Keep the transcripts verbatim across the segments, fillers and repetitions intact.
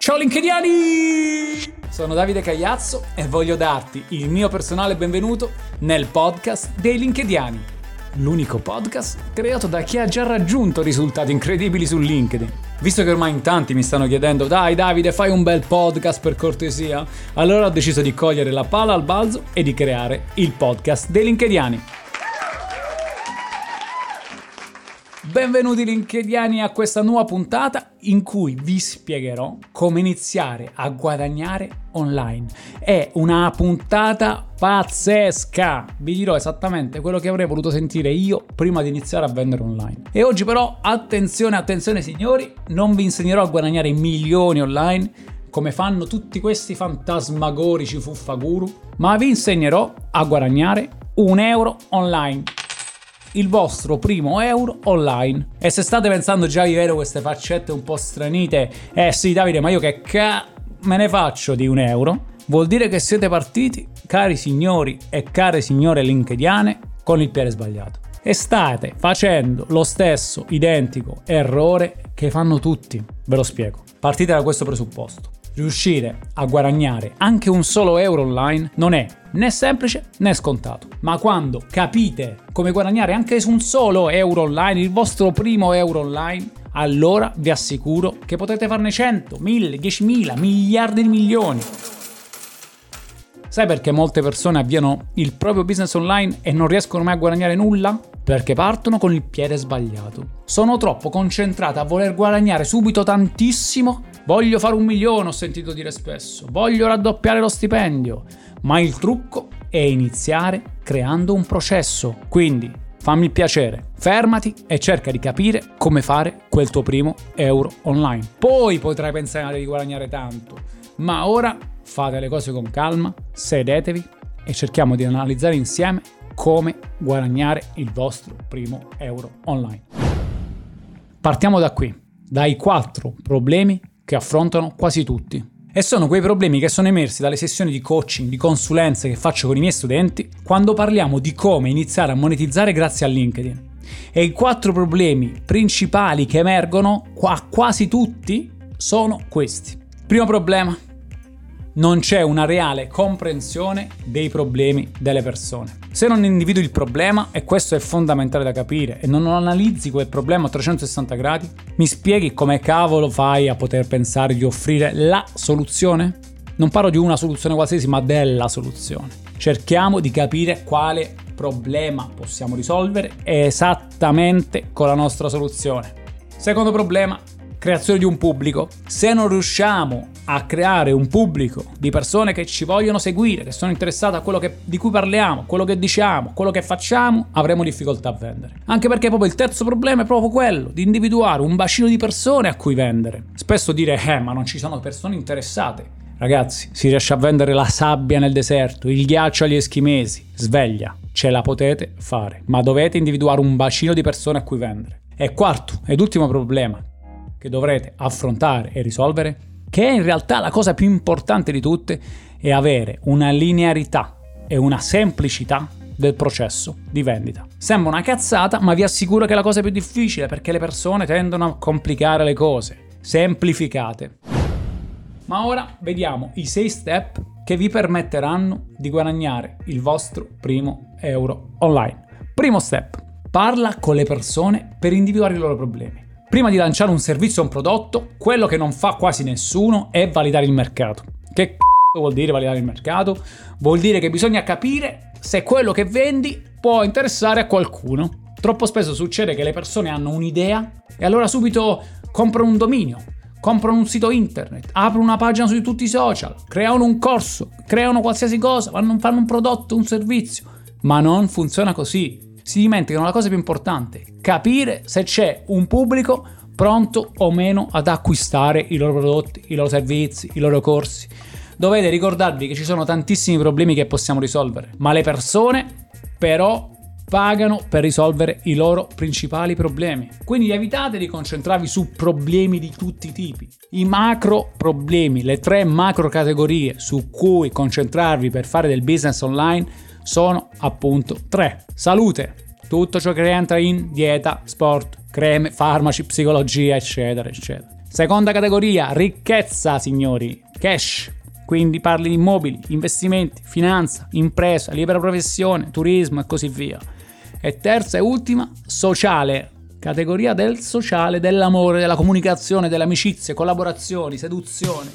Ciao LinkedIani! Sono Davide Cagliazzo e voglio darti il mio personale benvenuto nel podcast dei LinkedIani, l'unico podcast creato da chi ha già raggiunto risultati incredibili su LinkedIn. Visto che ormai in tanti mi stanno chiedendo dai Davide fai un bel podcast per cortesia, allora ho deciso di cogliere la palla al balzo e di creare il podcast dei LinkedIani. Benvenuti LinkedIani a questa nuova puntata in cui vi spiegherò come iniziare a guadagnare online. È una puntata pazzesca! Vi dirò esattamente quello che avrei voluto sentire io prima di iniziare a vendere online. E oggi però, attenzione, attenzione signori, non vi insegnerò a guadagnare milioni online come fanno tutti questi fantasmagorici fuffaguru, ma vi insegnerò a guadagnare un euro online. Il vostro primo euro online. E se state pensando già di vedere queste faccette un po' stranite, eh sì Davide, ma io che ca... me ne faccio di un euro? Vuol dire che siete partiti, cari signori e care signore LinkedIane, con il piede sbagliato. E state facendo lo stesso identico errore che fanno tutti. Ve lo spiego. Partite da questo presupposto. Riuscire a guadagnare anche un solo euro online non è né semplice né scontato, ma quando capite come guadagnare anche un solo euro online, il vostro primo euro online, allora vi assicuro che potete farne cento, mille, diecimila, miliardi di milioni. Sai perché molte persone avviano il proprio business online e non riescono mai a guadagnare nulla? Perché partono con il piede sbagliato. Sono troppo concentrate a voler guadagnare subito tantissimo. Voglio fare un milione, ho sentito dire spesso. Voglio raddoppiare lo stipendio. Ma il trucco è iniziare creando un processo. Quindi fammi il piacere, fermati e cerca di capire come fare quel tuo primo euro online. Poi potrai pensare di guadagnare tanto. Ma ora fate le cose con calma, sedetevi e cerchiamo di analizzare insieme come guadagnare il vostro primo euro online. Partiamo da qui, dai quattro problemi che affrontano quasi tutti. E sono quei problemi che sono emersi dalle sessioni di coaching, di consulenze che faccio con i miei studenti quando parliamo di come iniziare a monetizzare grazie a LinkedIn. E i quattro problemi principali che emergono a quasi tutti sono questi. Primo problema: non c'è una reale comprensione dei problemi delle persone. Se non individui il problema, e questo è fondamentale da capire, e non analizzi quel problema a trecentosessanta gradi, mi spieghi come cavolo fai a poter pensare di offrire la soluzione? Non parlo di una soluzione qualsiasi, ma della soluzione. Cerchiamo di capire quale problema possiamo risolvere esattamente con la nostra soluzione. Secondo problema: creazione di un pubblico. Se non riusciamo a creare un pubblico di persone che ci vogliono seguire, che sono interessate a quello che, di cui parliamo, quello che diciamo, quello che facciamo, avremo difficoltà a vendere. Anche perché proprio il terzo problema è proprio quello di individuare un bacino di persone a cui vendere. Spesso dire eh ma non ci sono persone interessate. Ragazzi, si riesce a vendere la sabbia nel deserto, il ghiaccio agli eschimesi. Sveglia, ce la potete fare, ma dovete individuare un bacino di persone a cui vendere. E quarto ed ultimo problema che dovrete affrontare e risolvere, che è in realtà la cosa più importante di tutte, è avere una linearità e una semplicità del processo di vendita. Sembra una cazzata, ma vi assicuro che è la cosa più difficile, perché le persone tendono a complicare le cose. Semplificate. Ma ora vediamo i sei step che vi permetteranno di guadagnare il vostro primo euro online. Primo step: parla con le persone per individuare i loro problemi. Prima di lanciare un servizio o un prodotto, quello che non fa quasi nessuno è validare il mercato. Che c***o vuol dire validare il mercato? Vuol dire che bisogna capire se quello che vendi può interessare a qualcuno. Troppo spesso succede che le persone hanno un'idea e allora subito comprano un dominio, comprano un sito internet, aprono una pagina su tutti i social, creano un corso, creano qualsiasi cosa, fanno un prodotto, un servizio. Ma non funziona così. Si dimenticano la cosa più importante: capire se c'è un pubblico pronto o meno ad acquistare i loro prodotti, i loro servizi, i loro corsi. Dovete ricordarvi che ci sono tantissimi problemi che possiamo risolvere, ma le persone però pagano per risolvere i loro principali problemi. Quindi evitate di concentrarvi su problemi di tutti i tipi. I macro problemi, le tre macro categorie su cui concentrarvi per fare del business online sono appunto tre. Salute, tutto ciò che rientra in dieta, sport, creme, farmaci, psicologia, eccetera, eccetera. Seconda categoria, ricchezza, signori, cash. Quindi parli di immobili, investimenti, finanza, impresa, libera professione, turismo e così via. E terza e ultima, sociale. Categoria del sociale, dell'amore, della comunicazione, delle amicizie, collaborazioni, seduzione.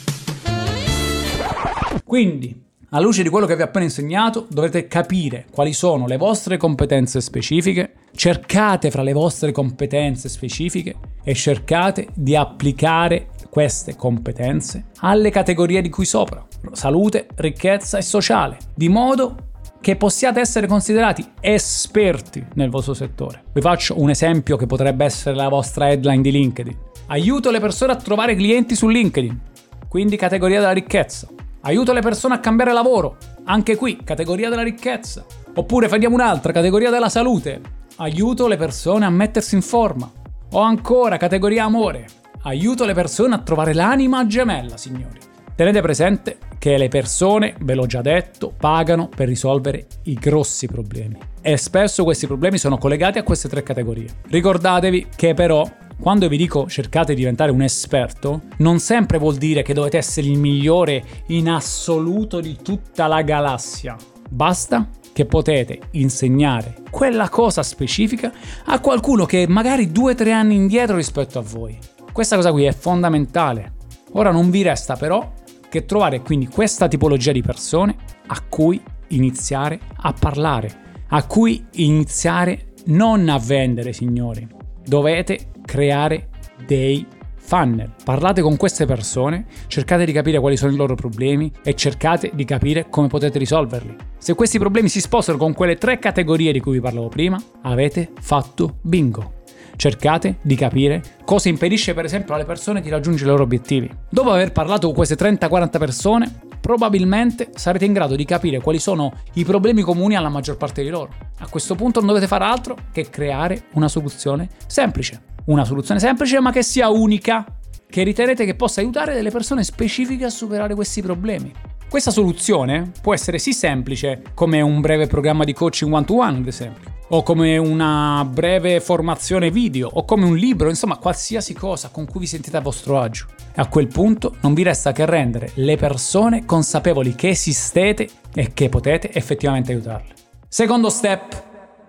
Quindi, alla luce di quello che vi ho appena insegnato, dovrete capire quali sono le vostre competenze specifiche, cercate fra le vostre competenze specifiche e cercate di applicare queste competenze alle categorie di cui sopra: salute, ricchezza e sociale, di modo che possiate essere considerati esperti nel vostro settore. Vi faccio un esempio che potrebbe essere la vostra headline di LinkedIn. Aiuto le persone a trovare clienti su LinkedIn, quindi categoria della ricchezza. Aiuto le persone a cambiare lavoro, anche qui categoria della ricchezza. Oppure facciamo un'altra, categoria della salute. Aiuto le persone a mettersi in forma. O ancora categoria amore. Aiuto le persone a trovare l'anima gemella, signori. Tenete presente che le persone, ve l'ho già detto, pagano per risolvere i grossi problemi. E spesso questi problemi sono collegati a queste tre categorie. Ricordatevi che però, quando vi dico cercate di diventare un esperto, non sempre vuol dire che dovete essere il migliore in assoluto di tutta la galassia. Basta che potete insegnare quella cosa specifica a qualcuno che è magari due o tre anni indietro rispetto a voi. Questa cosa qui è fondamentale. Ora non vi resta però che trovare quindi questa tipologia di persone a cui iniziare a parlare, a cui iniziare non a vendere, signori. Dovete creare dei funnel. Parlate con queste persone, cercate di capire quali sono i loro problemi e cercate di capire come potete risolverli. Se questi problemi si sposano con quelle tre categorie di cui vi parlavo prima, avete fatto bingo. Cercate di capire cosa impedisce per esempio alle persone di raggiungere i loro obiettivi. Dopo aver parlato con queste trenta quaranta persone, probabilmente sarete in grado di capire quali sono i problemi comuni alla maggior parte di loro. A questo punto non dovete fare altro che creare una soluzione semplice. Una soluzione semplice ma che sia unica, che ritenete che possa aiutare delle persone specifiche a superare questi problemi. Questa soluzione può essere sì semplice, come un breve programma di coaching one to one ad esempio, o come una breve formazione video, o come un libro, insomma qualsiasi cosa con cui vi sentite a vostro agio. E a quel punto non vi resta che rendere le persone consapevoli che esistete e che potete effettivamente aiutarle. Secondo step: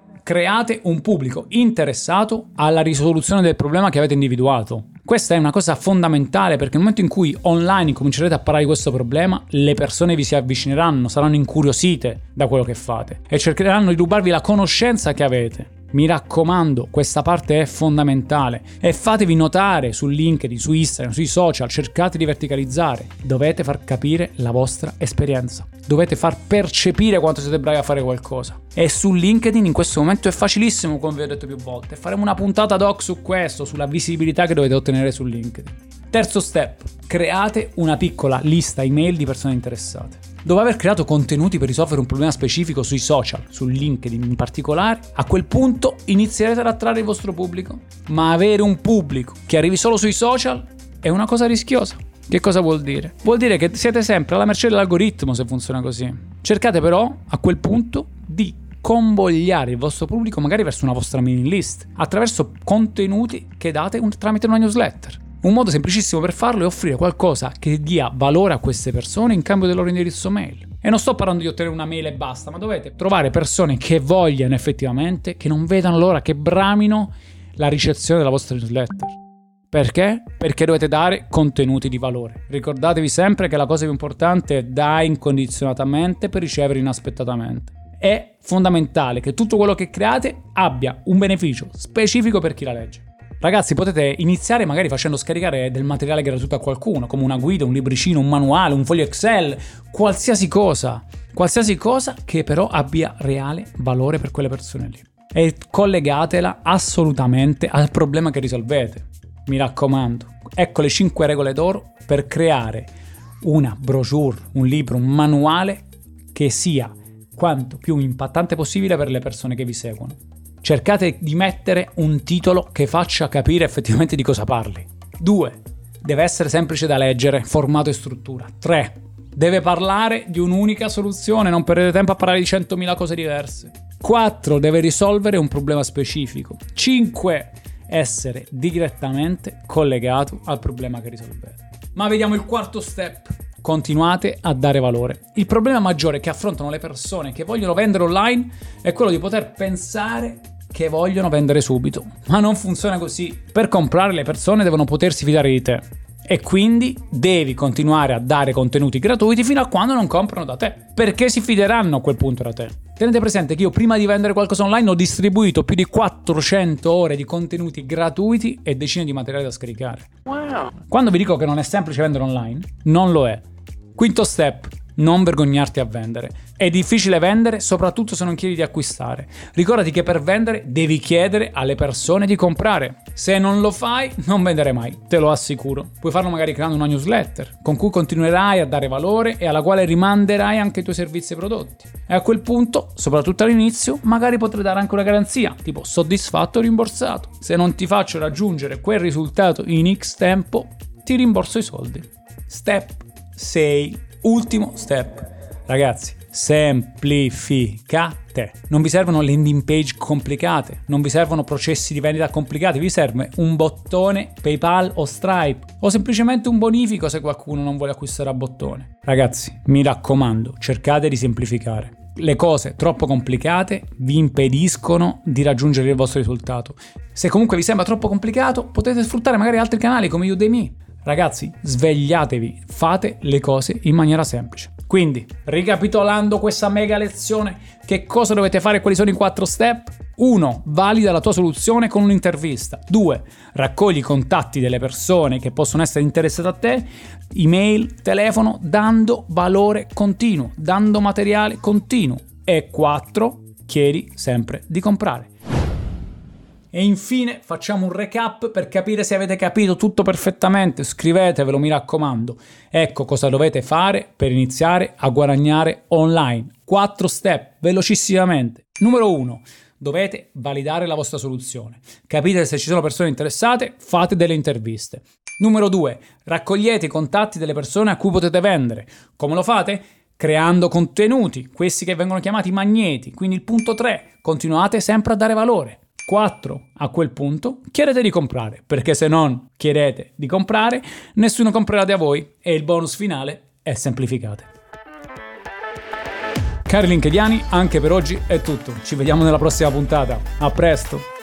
create un pubblico interessato alla risoluzione del problema che avete individuato. Questa è una cosa fondamentale, perché nel momento in cui online comincerete a parlare di questo problema, le persone vi si avvicineranno, saranno incuriosite da quello che fate e cercheranno di rubarvi la conoscenza che avete. Mi raccomando, questa parte è fondamentale e fatevi notare su LinkedIn, su Instagram, sui social, cercate di verticalizzare. Dovete far capire la vostra esperienza, dovete far percepire quanto siete bravi a fare qualcosa. E su LinkedIn in questo momento è facilissimo, come vi ho detto più volte. Faremo una puntata doc su questo, sulla visibilità che dovete ottenere su LinkedIn. Terzo step: create una piccola lista email di persone interessate. Dopo aver creato contenuti per risolvere un problema specifico sui social, su LinkedIn in particolare, a quel punto inizierete ad attrarre il vostro pubblico. Ma avere un pubblico che arrivi solo sui social è una cosa rischiosa. Che cosa vuol dire? Vuol dire che siete sempre alla mercé dell'algoritmo se funziona così. Cercate però a quel punto di convogliare il vostro pubblico magari verso una vostra mailing list attraverso contenuti che date un, tramite una newsletter. Un modo semplicissimo per farlo è offrire qualcosa che dia valore a queste persone in cambio del loro indirizzo mail. E non sto parlando di ottenere una mail e basta, ma dovete trovare persone che vogliano effettivamente, che non vedano l'ora, che bramino la ricezione della vostra newsletter. Perché? Perché dovete dare contenuti di valore. Ricordatevi sempre che la cosa più importante è dare incondizionatamente per ricevere inaspettatamente. È fondamentale che tutto quello che create abbia un beneficio specifico per chi la legge. Ragazzi, potete iniziare magari facendo scaricare del materiale gratuito a qualcuno, come una guida, un libricino, un manuale, un foglio Excel, qualsiasi cosa, qualsiasi cosa che però abbia reale valore per quelle persone lì. E collegatela assolutamente al problema che risolvete. Mi raccomando, ecco le cinque regole d'oro per creare una brochure, un libro, un manuale che sia quanto più impattante possibile per le persone che vi seguono. Cercate di mettere un titolo che faccia capire effettivamente di cosa parli. due. Deve essere semplice da leggere, formato e struttura. tre. Deve parlare di un'unica soluzione, non perdete tempo a parlare di centomila cose diverse. quattro. Deve risolvere un problema specifico. cinque. essere direttamente collegato al problema che risolvete. Ma vediamo il quarto step. Continuate a dare valore. Il problema maggiore che affrontano le persone che vogliono vendere online è quello di poter pensare che vogliono vendere subito. Ma non funziona così. Per comprare le persone devono potersi fidare di te. E quindi devi continuare a dare contenuti gratuiti fino a quando non comprano da te, perché si fideranno a quel punto da te. Tenete presente che io prima di vendere qualcosa online ho distribuito più di quattrocento ore di contenuti gratuiti e decine di materiali da scaricare. Wow. Quando vi dico che non è semplice vendere online, non lo è. Quinto step. Non vergognarti a vendere. È difficile vendere, soprattutto se non chiedi di acquistare. Ricordati che per vendere devi chiedere alle persone di comprare. Se non lo fai, non venderai mai, te lo assicuro. Puoi farlo magari creando una newsletter, con cui continuerai a dare valore e alla quale rimanderai anche i tuoi servizi e prodotti. E a quel punto, soprattutto all'inizio, magari potrai dare anche una garanzia, tipo soddisfatto o rimborsato. Se non ti faccio raggiungere quel risultato in X tempo, ti rimborso i soldi. Step sei. Ultimo step. Ragazzi, semplificate. Non vi servono landing page complicate, non vi servono processi di vendita complicati, vi serve un bottone PayPal o Stripe o semplicemente un bonifico se qualcuno non vuole acquistare a bottone. Ragazzi, mi raccomando, cercate di semplificare. Le cose troppo complicate vi impediscono di raggiungere il vostro risultato. Se comunque vi sembra troppo complicato, potete sfruttare magari altri canali come Udemy. Ragazzi, svegliatevi, fate le cose in maniera semplice. Quindi, ricapitolando questa mega lezione, che cosa dovete fare e quali sono i quattro step? uno. Valida la tua soluzione con un'intervista. due. Raccogli i contatti delle persone che possono essere interessate a te, email, telefono, dando valore continuo, dando materiale continuo. E quattro. Chiedi sempre di comprare. E infine facciamo un recap per capire se avete capito tutto perfettamente. Scrivetevelo, mi raccomando. Ecco cosa dovete fare per iniziare a guadagnare online. Quattro step, velocissimamente. Numero uno. Dovete validare la vostra soluzione. Capite se ci sono persone interessate, fate delle interviste. Numero due. Raccogliete i contatti delle persone a cui potete vendere. Come lo fate? Creando contenuti, questi che vengono chiamati magneti. Quindi il punto tre. Continuate sempre a dare valore. quattro. A quel punto chiedete di comprare, perché se non chiedete di comprare, nessuno comprerà da voi e il bonus finale è semplificate. Cari linkediani, anche per oggi è tutto. Ci vediamo nella prossima puntata. A presto!